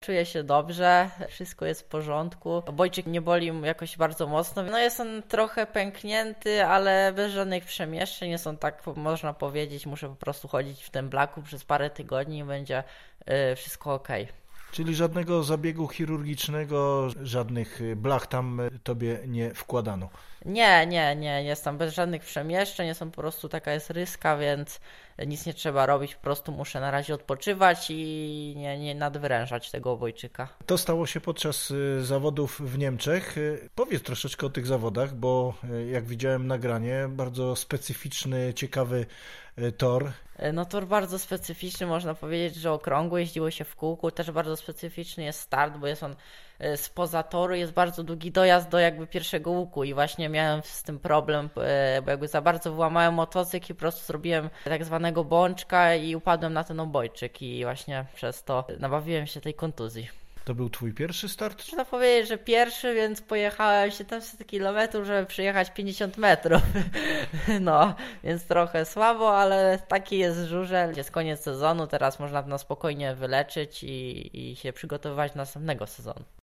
czuję się dobrze, wszystko jest w porządku. Obojczyk nie boli jakoś bardzo mocno. No jest on trochę pęknięty, ale bez żadnych przemieszczeń. Jest on tak, można powiedzieć, muszę po prostu chodzić w tym blaku przez parę tygodni i będzie wszystko okej. Czyli żadnego zabiegu chirurgicznego, żadnych blach tam tobie nie wkładano. Nie, jest tam bez żadnych przemieszczeń, jest on po prostu taka jest ryska, więc nic nie trzeba robić, po prostu muszę na razie odpoczywać i nie nadwyrężać tego obojczyka. To stało się podczas zawodów w Niemczech. Powiedz troszeczkę o tych zawodach, bo jak widziałem nagranie, bardzo specyficzny, ciekawy tor. No tor bardzo specyficzny, można powiedzieć, że okrągły, jeździło się w kółku, też bardzo specyficzny jest start, bo jest on spoza toru, jest bardzo długi dojazd do jakby pierwszego łuku i właśnie miałem z tym problem, bo jakby za bardzo wyłamałem motocykl i po prostu zrobiłem tak zwanego bączka i upadłem na ten obojczyk i właśnie przez to nabawiłem się tej kontuzji. To był twój pierwszy start? Można powiedzieć, że pierwszy, więc pojechałem 700 km, żeby przyjechać 50 metrów. No, więc trochę słabo, ale taki jest żużel. Jest koniec sezonu, teraz można na spokojnie wyleczyć i się przygotowywać do następnego sezonu.